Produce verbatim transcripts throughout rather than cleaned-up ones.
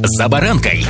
«За баранкой».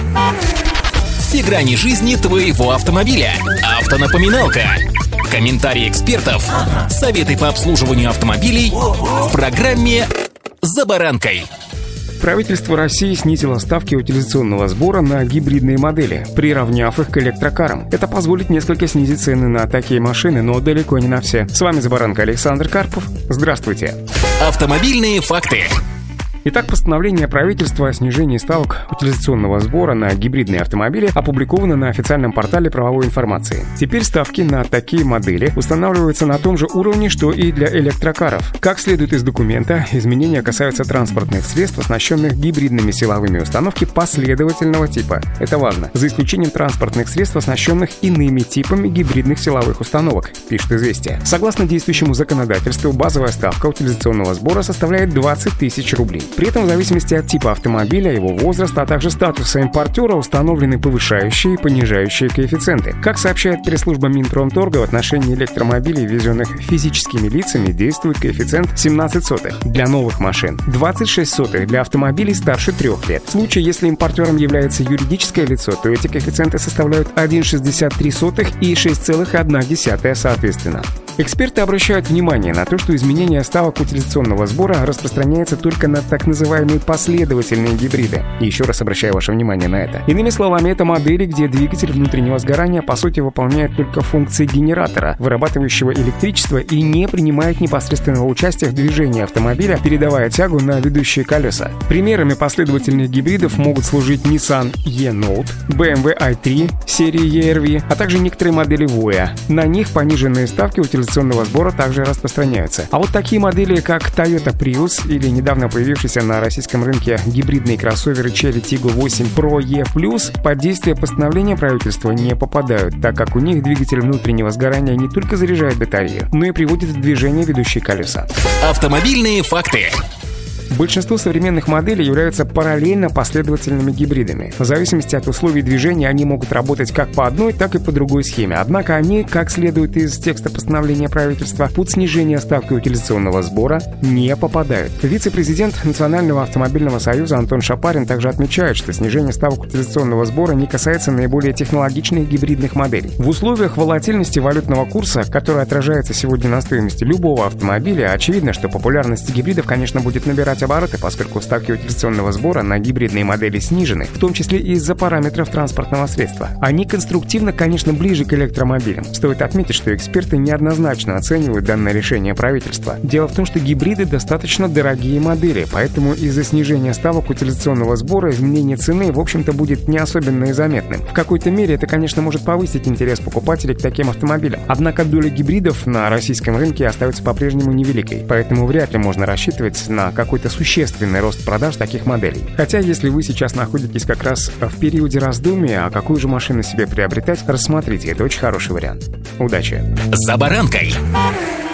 Все грани жизни твоего автомобиля. Автонапоминалка. Комментарии экспертов. Советы по обслуживанию автомобилей в программе «За баранкой». Правительство России снизило ставки утилизационного сбора на гибридные модели, приравняв их к электрокарам. Это позволит несколько снизить цены на такие машины, но далеко не на все. С вами «За баранкой» Александр Карпов. Здравствуйте. Автомобильные факты. Итак, постановление правительства о снижении ставок утилизационного сбора на гибридные автомобили опубликовано на официальном портале правовой информации. Теперь ставки на такие модели устанавливаются на том же уровне, что и для электрокаров. Как следует из документа, изменения касаются транспортных средств, оснащенных гибридными силовыми установками последовательного типа. Это важно. За исключением транспортных средств, оснащенных иными типами гибридных силовых установок, пишет «Известия». Согласно действующему законодательству, базовая ставка утилизационного сбора составляет двадцать тысяч рублей. При этом в зависимости от типа автомобиля, его возраста, а также статуса импортера установлены повышающие и понижающие коэффициенты. Как сообщает пресс-служба Минпромторга, в отношении электромобилей, ввезенных физическими лицами, действует коэффициент семнадцать сотых для новых машин, двадцать шесть сотых для автомобилей старше трех лет. В случае, если импортером является юридическое лицо, то эти коэффициенты составляют один целых шестьдесят три сотых и шесть целых одна десятая соответственно. Эксперты обращают внимание на то, что изменение ставок утилизационного сбора распространяется только на так называемые последовательные гибриды. И еще раз обращаю ваше внимание на это. Иными словами, это модели, где двигатель внутреннего сгорания по сути выполняет только функции генератора, вырабатывающего электричество, и не принимает непосредственного участия в движении автомобиля, передавая тягу на ведущие колеса. Примерами последовательных гибридов могут служить Nissan e-Note, бэ эм вэ ай три серии и ар ви, а также некоторые модели Voya. На них пониженные ставки утилизационного сбора также распространяются. А вот такие модели, как Toyota Prius или недавно появившийся на российском рынке гибридные кроссоверы Chery Tiggo восемь Pro E+, под действие постановления правительства не попадают, так как у них двигатель внутреннего сгорания не только заряжает батарею, но и приводит в движение ведущие колеса. Автомобильные факты. Большинство современных моделей являются параллельно последовательными гибридами. В зависимости от условий движения они могут работать как по одной, так и по другой схеме. Однако они, как следует из текста постановления правительства, под снижение ставки утилизационного сбора не попадают. Вице-президент Национального автомобильного союза Антон Шапарин также отмечает, что снижение ставок утилизационного сбора не касается наиболее технологичных гибридных моделей. В условиях волатильности валютного курса, который отражается сегодня на стоимости любого автомобиля, очевидно, что популярность гибридов, конечно, будет набирать обороты, поскольку ставки утилизационного сбора на гибридные модели снижены, в том числе из-за параметров транспортного средства. Они конструктивно, конечно, ближе к электромобилям. Стоит отметить, что эксперты неоднозначно оценивают данное решение правительства. Дело в том, что гибриды достаточно дорогие модели, поэтому из-за снижения ставок утилизационного сбора изменение цены, в общем-то, будет не особенно и заметным. В какой-то мере это, конечно, может повысить интерес покупателей к таким автомобилям. Однако доля гибридов на российском рынке остается по-прежнему невеликой, поэтому вряд ли можно рассчитывать на какой-то существенный рост продаж таких моделей. Хотя, если вы сейчас находитесь как раз в периоде раздумия, а какую же машину себе приобретать, рассмотрите, это очень хороший вариант. Удачи! «За баранкой».